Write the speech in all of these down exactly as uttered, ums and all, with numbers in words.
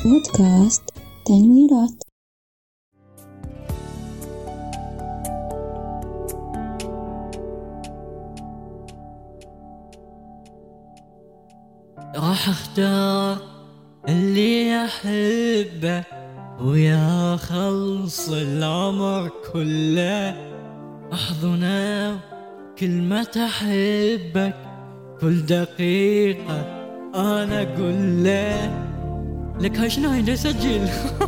بودكاست تنويرات. راح اختار اللي احبه ويا خلص العمر كله، احضنه كلمة احبك كل دقيقة انا اقول له. لك هاي شنو هاي اسجل.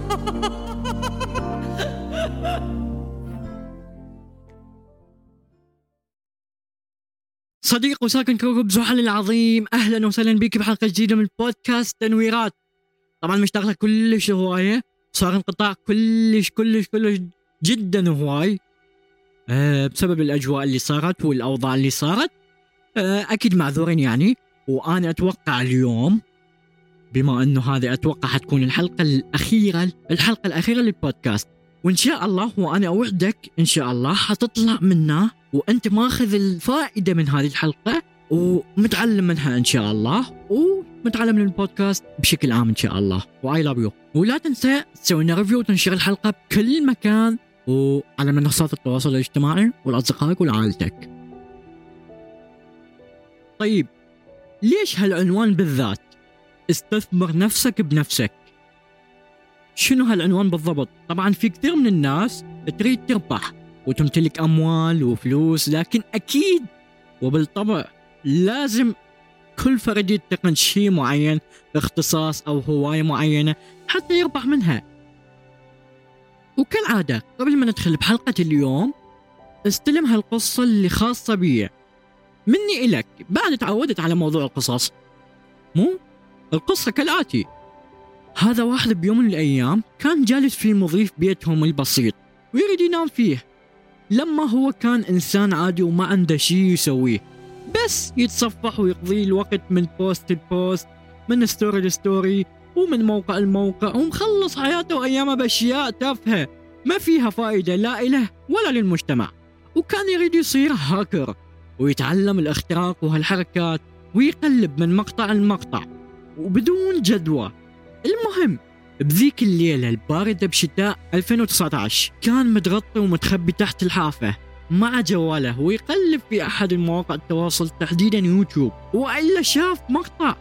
صديق وساكن كوكب زحل العظيم، اهلا وسهلا بك بحلقه جديده من بودكاست تنويرات. طبعا مشتغله كلش هوايه، صار انقطاع كلش كلش كلش جدا هواي أه بسبب الاجواء اللي صارت والاوضاع اللي صارت. أه اكيد معذورين يعني. وانا اتوقع اليوم بما انه هذه اتوقع حتكون الحلقه الاخيره الحلقه الاخيره للبودكاست، وان شاء الله وانا اوعدك ان شاء الله حتطلع منها وانت ماخذ الفائده من هذه الحلقه ومتعلم منها ان شاء الله، ومتعلم من البودكاست بشكل عام ان شاء الله. واي لاف يو. ولا تنسى تسوي لنا ريفيو وتنشر الحلقه بكل مكان وعلى منصات التواصل الاجتماعي ولاصدقائك ولعائلتك. طيب ليش هالعنوان بالذات؟ استثمر نفسك بنفسك. شنو هالعنوان بالضبط؟ طبعا في كثير من الناس تريد تربح وتمتلك أموال وفلوس، لكن أكيد وبالطبع لازم كل فرد يتقن شيء معين، اختصاص أو هواية معينة حتى يربح منها. وكالعادة قبل ما ندخل بحلقة اليوم استلم هالقصة اللي خاصة بي مني إلك. بعد تعودت على موضوع القصص. مو القصة كالآتي: هذا واحد بيوم من الأيام كان جالس في مضيف بيتهم البسيط ويريد ينام فيه، لما هو كان إنسان عادي وما عنده شيء يسويه، بس يتصفح ويقضي الوقت من بوست لبوست، من ستوري لستوري، ومن موقع لموقع، ومخلص حياته وأيامه بأشياء تافهة ما فيها فائدة لا إله ولا للمجتمع. وكان يريد يصير هاكر ويتعلم الاختراق وهالحركات ويقلب من مقطع لمقطع وبدون جدوى. المهم بذيك الليلة الباردة بشتاء ألفين وتسعة عشر كان متغطي ومتخبي تحت الحافة مع جواله ويقلب في أحد المواقع التواصل تحديدا يوتيوب، وإلا شاف مقطع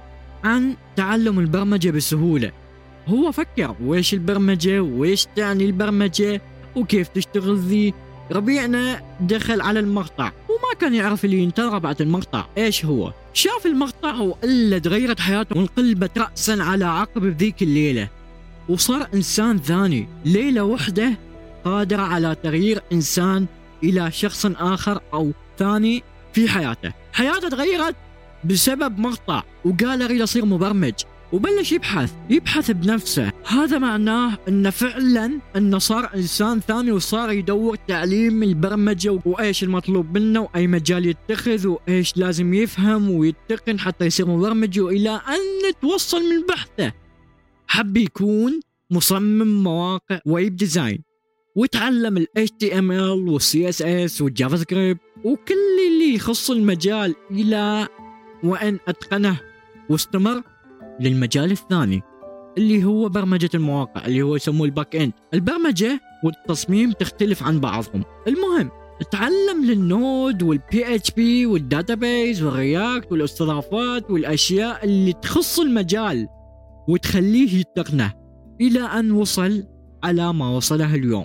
عن تعلم البرمجة بسهولة. هو فكر ويش البرمجة ويش تعني البرمجة وكيف تشتغل ذي. ربيعنا دخل على المقطع وما كان يعرف اللي ينتظر بعد المقطع ايش هو. شاف المقطع وإلا تغيرت حياته وانقلبت رأسا على عقب بذيك الليلة، وصار إنسان ثاني. ليلة وحدة قادرة على تغيير إنسان إلى شخص آخر أو ثاني في حياته. حياته تغيرت بسبب مقطع وقال أريد أصير مبرمج، وبلش يبحث يبحث بنفسه. هذا معناه أنه فعلا أنه صار إنسان ثاني وصار يدور تعليم البرمجة وإيش المطلوب منه وأي مجال يتخذ وإيش لازم يفهم ويتقن حتى يصير مبرمج، وإلى أن توصل من بحثه حب يكون مصمم مواقع ويب ديزاين، وتعلم ال إتش تي إم إل وال سي إس إس والجافا سكريبت وكل اللي يخص المجال، إلى وأن أتقنه واستمر للمجال الثاني اللي هو برمجة المواقع اللي هو يسموه الباك اند. البرمجة والتصميم تختلف عن بعضهم. المهم تعلم للنود والبي اتش بي والداتابيز والرياكت والاستضافات والاشياء اللي تخص المجال وتخليه يتقنه الى ان وصل على ما وصله اليوم.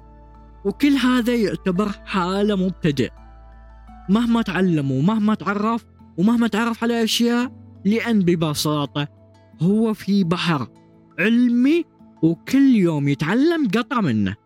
وكل هذا يعتبر حالة مبتدئ مهما تعلم ومهما تعرف ومهما تعرف على اشياء، لان ببساطة هو في بحر علمي وكل يوم يتعلم قطعة منه.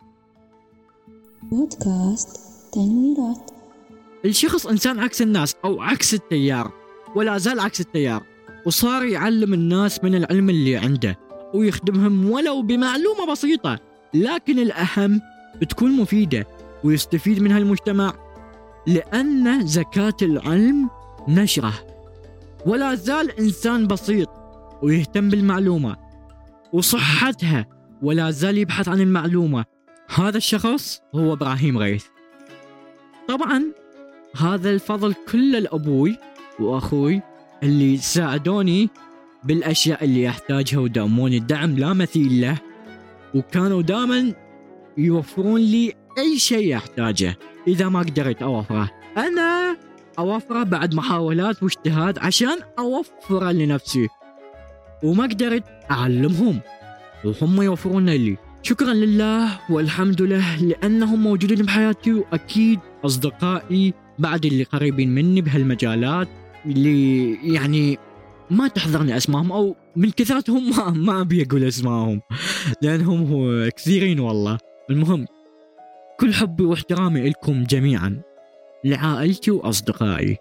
بودكاست تنويرات. الشخص إنسان عكس الناس أو عكس التيار، ولا زال عكس التيار، وصار يعلم الناس من العلم اللي عنده ويخدمهم ولو بمعلومة بسيطة، لكن الأهم تكون مفيدة ويستفيد منها المجتمع، لأن زكاة العلم نشره. ولا زال إنسان بسيط ويهتم بالمعلومة وصحتها، ولا زال يبحث عن المعلومة. هذا الشخص هو إبراهيم غيث. طبعا هذا الفضل كله لأبوي وأخوي اللي ساعدوني بالأشياء اللي يحتاجها ودعموني الدعم لا مثيل له، وكانوا دائما يوفرون لي أي شيء أحتاجه. إذا ما قدرت أوفره أنا أوفره بعد محاولات واجتهاد عشان أوفره لنفسي، وما قدرت أعلمهم وهم يوفرون لي. شكرا لله والحمد لله لأنهم موجودين بحياتي، وأكيد أصدقائي بعد اللي قريبين مني بهالمجالات اللي يعني ما تحضرني أسمائهم، أو من كثرتهم ما, ما أبي أقول أسمائهم لأنهم هو كثيرين والله. المهم كل حبي واحترامي لكم جميعا، لعائلتي وأصدقائي.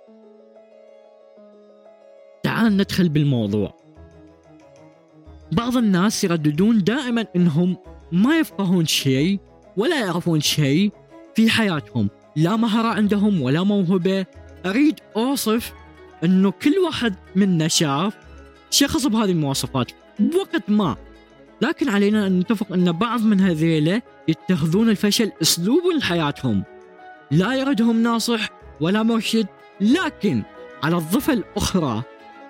تعال ندخل بالموضوع. بعض الناس يرددون دائما إنهم ما يفقهون شيء ولا يعرفون شيء في حياتهم، لا مهارة عندهم ولا موهبة. أريد أوصف إنه كل واحد منا شاف شخص بهذه المواصفات بوقت ما، لكن علينا أن نتفق أن بعض من هذيله يتخذون الفشل أسلوب لحياتهم، لا يردهم ناصح ولا مرشد. لكن على الضفة الأخرى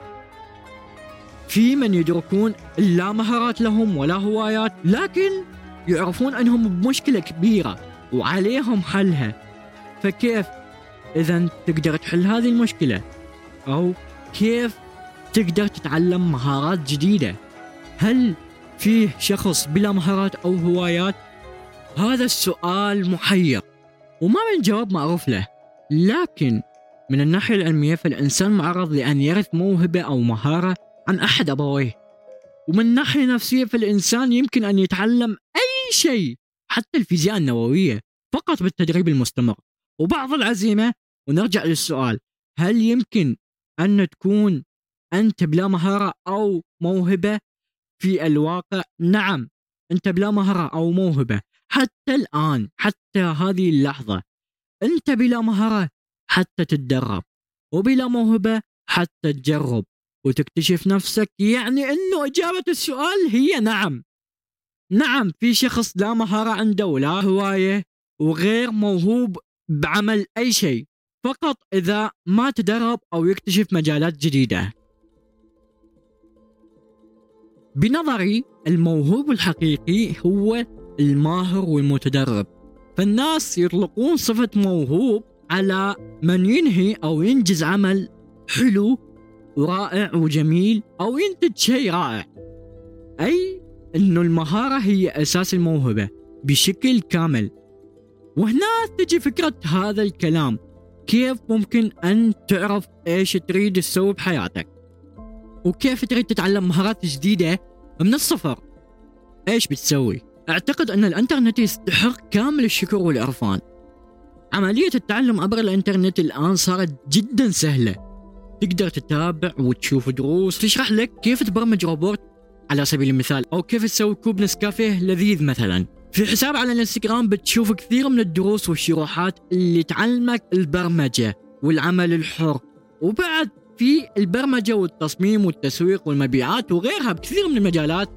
في من يدركون لا مهارات لهم ولا هوايات، لكن يعرفون أنهم بمشكلة كبيرة وعليهم حلها. فكيف إذا تقدر تحل هذه المشكلة؟ أو كيف تقدر تتعلم مهارات جديدة؟ هل فيه شخص بلا مهارات أو هوايات؟ هذا السؤال محير وما من جواب معروف له. لكن من الناحية العلمية فالإنسان معرض لأن يرث موهبة أو مهارة عن أحد أبويه، ومن ناحية نفسية فالإنسان يمكن أن يتعلم أي شيء حتى الفيزياء النووية فقط بالتدريب المستمر وبعض العزيمة. ونرجع للسؤال، هل يمكن أن تكون أنت بلا مهارة أو موهبة؟ في الواقع نعم، أنت بلا مهارة أو موهبة حتى الآن، حتى هذه اللحظة أنت بلا مهارة حتى تتدرب، وبلا موهبة حتى تجرب وتكتشف نفسك. يعني أنه إجابة السؤال هي نعم. نعم، في شخص لا مهارة عنده ولا هواية وغير موهوب بعمل أي شيء، فقط إذا ما تدرب أو يكتشف مجالات جديدة. بنظري الموهوب الحقيقي هو الماهر والمتدرب، فالناس يطلقون صفة موهوب على من ينهي أو ينجز عمل حلو ورائع وجميل أو ينتج شيء رائع، أي أنه المهارة هي أساس الموهبة بشكل كامل. وهنا تجي فكرة هذا الكلام، كيف ممكن أن تعرف إيش تريد تسوي بحياتك وكيف تريد تتعلم مهارات جديدة من الصفر. إيش بتسوي؟ أعتقد أن الإنترنت يستحق كامل الشكر والعرفان. عملية التعلم عبر الإنترنت الآن صارت جدا سهلة، تقدر تتابع وتشوف دروس تشرح لك كيف تبرمج روبوت على سبيل المثال، أو كيف تسوي كوب نسكافيه لذيذ مثلا. في حساب على الانستغرام بتشوف كثير من الدروس والشروحات اللي تعلمك البرمجة والعمل الحر، وبعد في البرمجة والتصميم والتسويق والمبيعات وغيرها بكثير من المجالات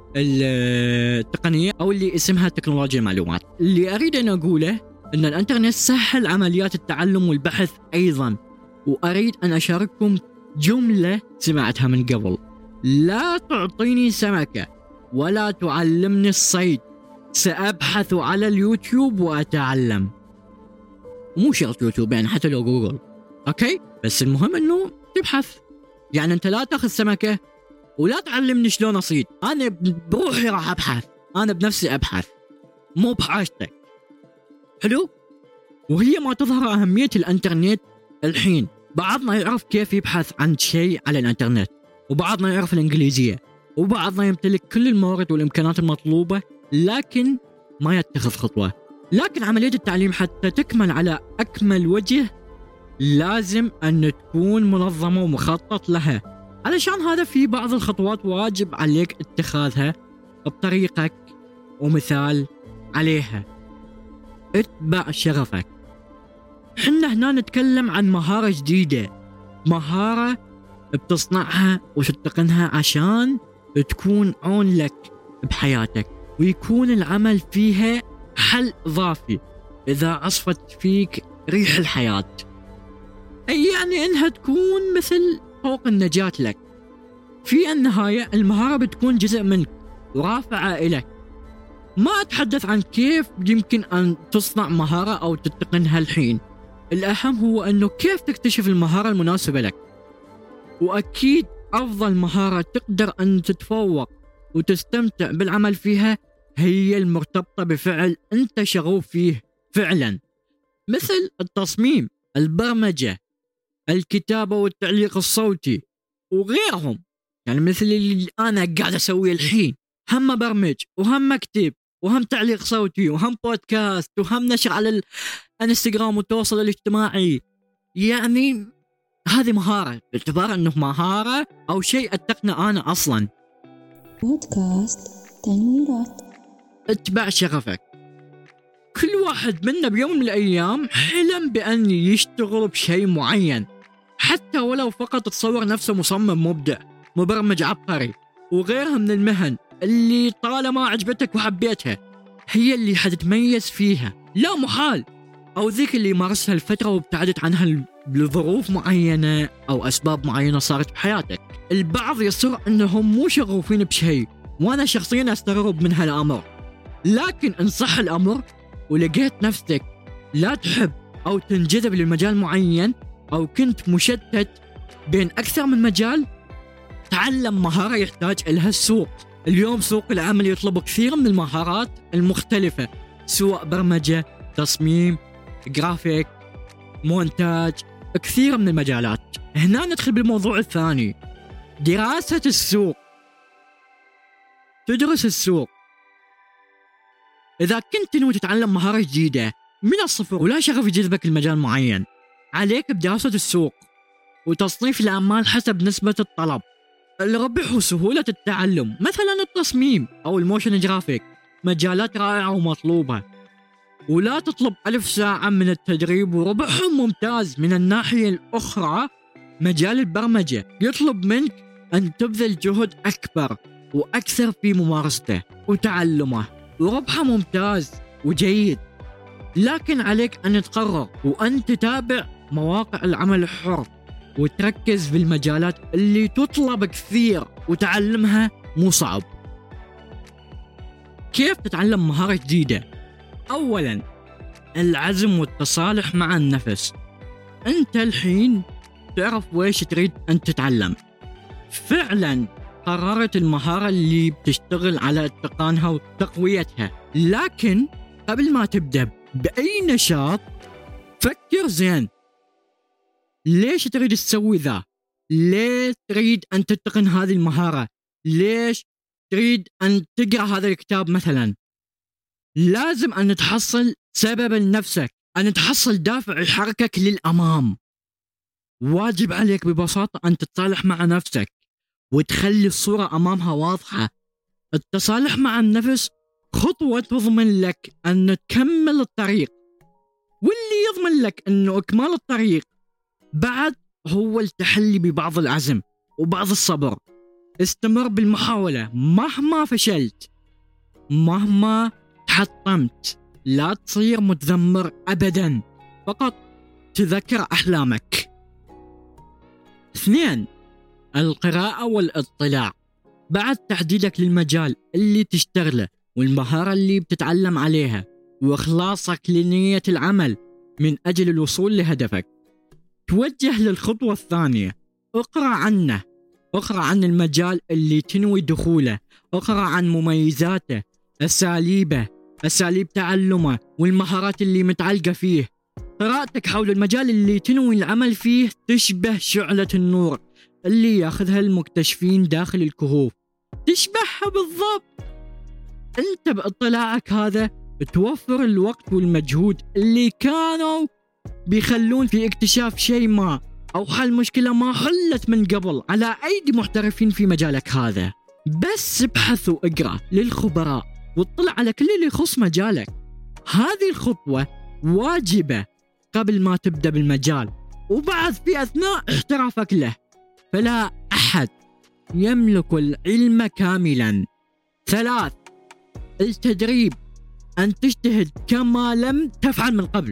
التقنية أو اللي اسمها تكنولوجيا المعلومات. اللي أريد أن أقوله أن الإنترنت سهل عمليات التعلم والبحث أيضا. وأريد أن أشارككم جملة سمعتها من قبل: لا تعطيني سمكة ولا تعلمني الصيد، سأبحث على اليوتيوب وأتعلم. مو شرط يوتيوب، يعني حتى لو جوجل، أوكي؟ بس المهم أنه تبحث. يعني أنت لا تأخذ سمكة ولا تعلمني شلون أصيد، أنا بروحي راح أبحث، أنا بنفسي أبحث، مو بحاجتك. حلو؟ وهي ما تظهر أهمية الإنترنت الحين. بعضنا يعرف كيف يبحث عن شيء على الإنترنت، وبعضنا يعرف الإنجليزية، وبعضنا يمتلك كل الموارد والإمكانات المطلوبة لكن ما يتخذ خطوة. لكن عملية التعليم حتى تكمل على أكمل وجه لازم أن تكون منظمة ومخطط لها. علشان هذا في بعض الخطوات واجب عليك اتخاذها بطريقك، ومثال عليها: اتبع شغفك. حنا هنا نتكلم عن مهارة جديدة، مهارة بتصنعها وتتقنها عشان تكون عون لك بحياتك، ويكون العمل فيها حل إضافي إذا عصفت فيك ريح الحياة، أي يعني إنها تكون مثل طوق النجاة لك. في النهاية المهارة بتكون جزء منك ورافعة إليك. ما أتحدث عن كيف يمكن أن تصنع مهارة أو تتقنها الحين، الأهم هو أنه كيف تكتشف المهارة المناسبة لك. وأكيد أفضل مهارة تقدر أن تتفوق وتستمتع بالعمل فيها هي المرتبطة بفعل أنت شغوف فيه فعلا، مثل التصميم، البرمجة، الكتابة والتعليق الصوتي وغيرهم. يعني مثل اللي أنا قاعد أسويه الحين، هم برمج وهم مكتب وهم تعليق صوتي وهم بودكاست وهم نشر على الانستغرام والتواصل الاجتماعي. يعني هذه مهارة، باعتبار أنه مهارة أو شيء أتقنه أنا أصلا. بودكاست تنويرات. اتبع شغفك. كل واحد منا بيوم من الأيام حلم بأن يشتغل بشيء معين، حتى ولو فقط تصور نفسه مصمم مبدع، مبرمج عبقري وغيرها من المهن اللي طالما عجبتك وحبيتها هي اللي حتتميز فيها لا محال، أو ذيك اللي مارسها الفترة وابتعدت عنها لظروف معينة أو أسباب معينة صارت بحياتك. البعض يصر أنهم مو شغوفين بشيء، وأنا شخصيا أستغرب من هالأمر. لكن إن صح الأمر ولقيت نفسك لا تحب أو تنجذب للمجال معين، أو كنت مشتت بين أكثر من مجال، تعلم مهارة يحتاج إلها السوق. اليوم سوق العمل يطلب كثير من المهارات المختلفة، سواء برمجة، تصميم، جرافيك، مونتاج، كثير من المجالات. هنا ندخل بالموضوع الثاني، دراسة السوق. تدرس السوق. إذا كنت تنوي تتعلم مهارة جديدة من الصفر ولا شغف يجذبك المجال معين، عليك بدراسة السوق وتصنيف الأعمال حسب نسبة الطلب، الربح وسهولة التعلم. مثلا التصميم أو الموشن جرافيك مجالات رائعة ومطلوبة، ولا تطلب ألف ساعة من التدريب وربحهم ممتاز. من الناحية الأخرى مجال البرمجة يطلب منك أن تبذل جهد أكبر وأكثر في ممارسته وتعلمه، وربحه ممتاز وجيد. لكن عليك أن تقرر وأن تتابع مواقع العمل الحر وتركز في المجالات اللي تطلب كثير وتعلمها مو صعب. كيف تتعلم مهارة جديدة؟ أولا العزم والتصالح مع النفس. أنت الحين تعرف ويش تريد أن تتعلم، فعلا قررت المهارة اللي بتشتغل على اتقانها وتقويتها. لكن قبل ما تبدأ بأي نشاط فكر زين، ليش تريد تسوي ذا؟ ليش تريد أن تتقن هذه المهارة؟ ليش تريد أن تقرأ هذا الكتاب مثلا؟ لازم أن تحصل سبب لنفسك، أن تحصل دافع يحركك للأمام. واجب عليك ببساطة أن تتصالح مع نفسك وتخلي الصورة أمامها واضحة. التصالح مع النفس خطوة تضمن لك أن تكمل الطريق، واللي يضمن لك أنه إكمال الطريق بعد هو التحلي ببعض العزم وبعض الصبر. استمر بالمحاولة مهما فشلت، مهما تحطمت، لا تصير متذمر أبدا، فقط تذكر أحلامك. اثنين القراءة والاطلاع. بعد تحديدك للمجال اللي تشتغله والمهارة اللي بتتعلم عليها وإخلاصك لنية العمل من أجل الوصول لهدفك، توجه للخطوة الثانية. اقرأ عنه، اقرأ عن المجال اللي تنوي دخوله، اقرأ عن مميزاته، أساليبه، أساليب تعلمه والمهارات اللي متعلقة فيه. قراءتك حول المجال اللي تنوي العمل فيه تشبه شعلة النور اللي ياخذها المكتشفين داخل الكهوف، تشبهها بالضبط. انت باطلاعك هذا توفر الوقت والمجهود اللي كانوا بيخلون في اكتشاف شيء ما أو حل مشكلة ما حلت من قبل على أيدي محترفين في مجالك هذا. بس ابحث واقرأ للخبراء واطلع على كل اللي يخص مجالك. هذه الخطوة واجبة قبل ما تبدأ بالمجال وبعد في أثناء احترافك له، فلا أحد يملك العلم كاملا. ثلاث التدريب، أن تجتهد كما لم تفعل من قبل.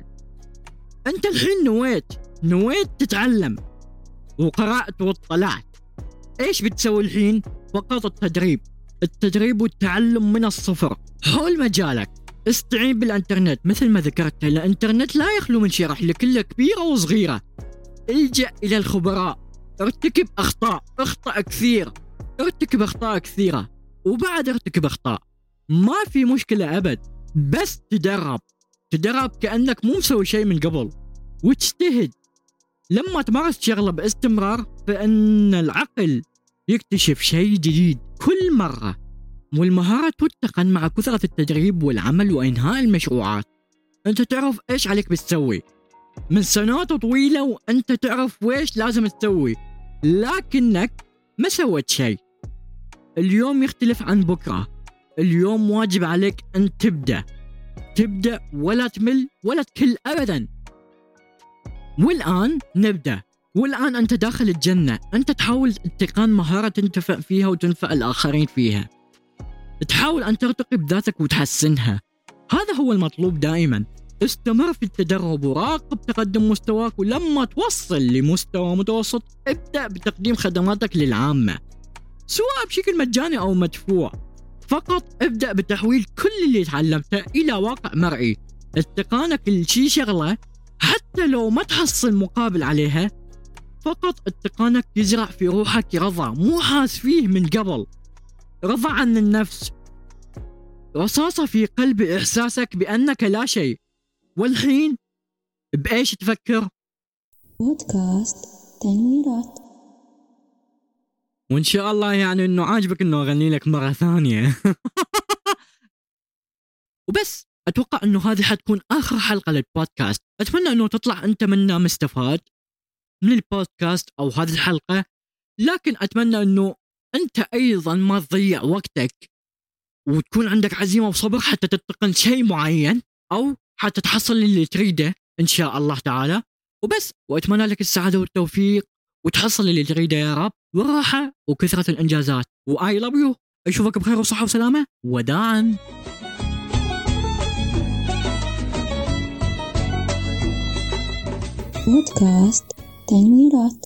أنت الحين نويت نويت تتعلم وقرأت واطلعت، إيش بتسوي الحين؟ فقط التدريب التدريب والتعلم من الصفر حول مجالك. استعين بالإنترنت مثل ما ذكرت، الإنترنت لا يخلو من شرح لكل كبيرة وصغيرة. الجأ إلى الخبراء، ارتكب أخطاء اخطأ كثير ارتكب أخطاء كثيرة وبعد ارتكب أخطاء، ما في مشكلة أبد، بس تدرب تدرب كأنك مو مسوي شيء من قبل وتجتهد. لما تمارس شغلة باستمرار فإن العقل يكتشف شيء جديد كل مرة، والمهارة تتقن مع كثرة التدريب والعمل وإنهاء المشروعات. أنت تعرف إيش عليك بتسوي من سنوات طويلة، وأنت تعرف وإيش لازم تسوي، لكنك ما سويت شيء. اليوم يختلف عن بكرة، اليوم واجب عليك أن تبدأ تبدأ ولا تمل ولا تكل أبدا. والآن نبدأ، والآن أنت داخل الجنة. أنت تحاول اتقان مهارة تنتفع فيها وتنفع الآخرين فيها، تحاول أن ترتقي بذاتك وتحسنها. هذا هو المطلوب دائما. استمر في التدرب وراقب تقدم مستواك، ولما توصل لمستوى متوسط ابدأ بتقديم خدماتك للعامة سواء بشكل مجاني أو مدفوع. فقط ابدأ بتحويل كل اللي تعلمته إلى واقع مرئي. اتقانك لشي شغلة حتى لو ما تحصل مقابل عليها، فقط اتقانك يزرع في روحك رضا مو حاس فيه من قبل، رضا عن النفس، رصاصة في قلب إحساسك بأنك لا شيء. والحين بإيش تفكر؟ بودكاست تنويرات. وإن شاء الله يعني إنه عاجبك إنه أغني لك مرة ثانية. وبس أتوقع إنه هذه حتكون آخر حلقة للبودكاست. أتمنى إنه تطلع أنت منا مستفاد من البودكاست أو هذه الحلقة، لكن أتمنى إنه أنت أيضا ما تضيع وقتك وتكون عندك عزيمة وصبر حتى تتقن شيء معين أو حتى تحصل اللي تريده إن شاء الله تعالى. وبس، وأتمنى لك السعادة والتوفيق وتحصل اللي تريده يا رب، والراحة وكثرة الإنجازات. وآي لاف يو. أشوفك بخير وصحة وسلامة. وداعا. بودكاست تنويرات.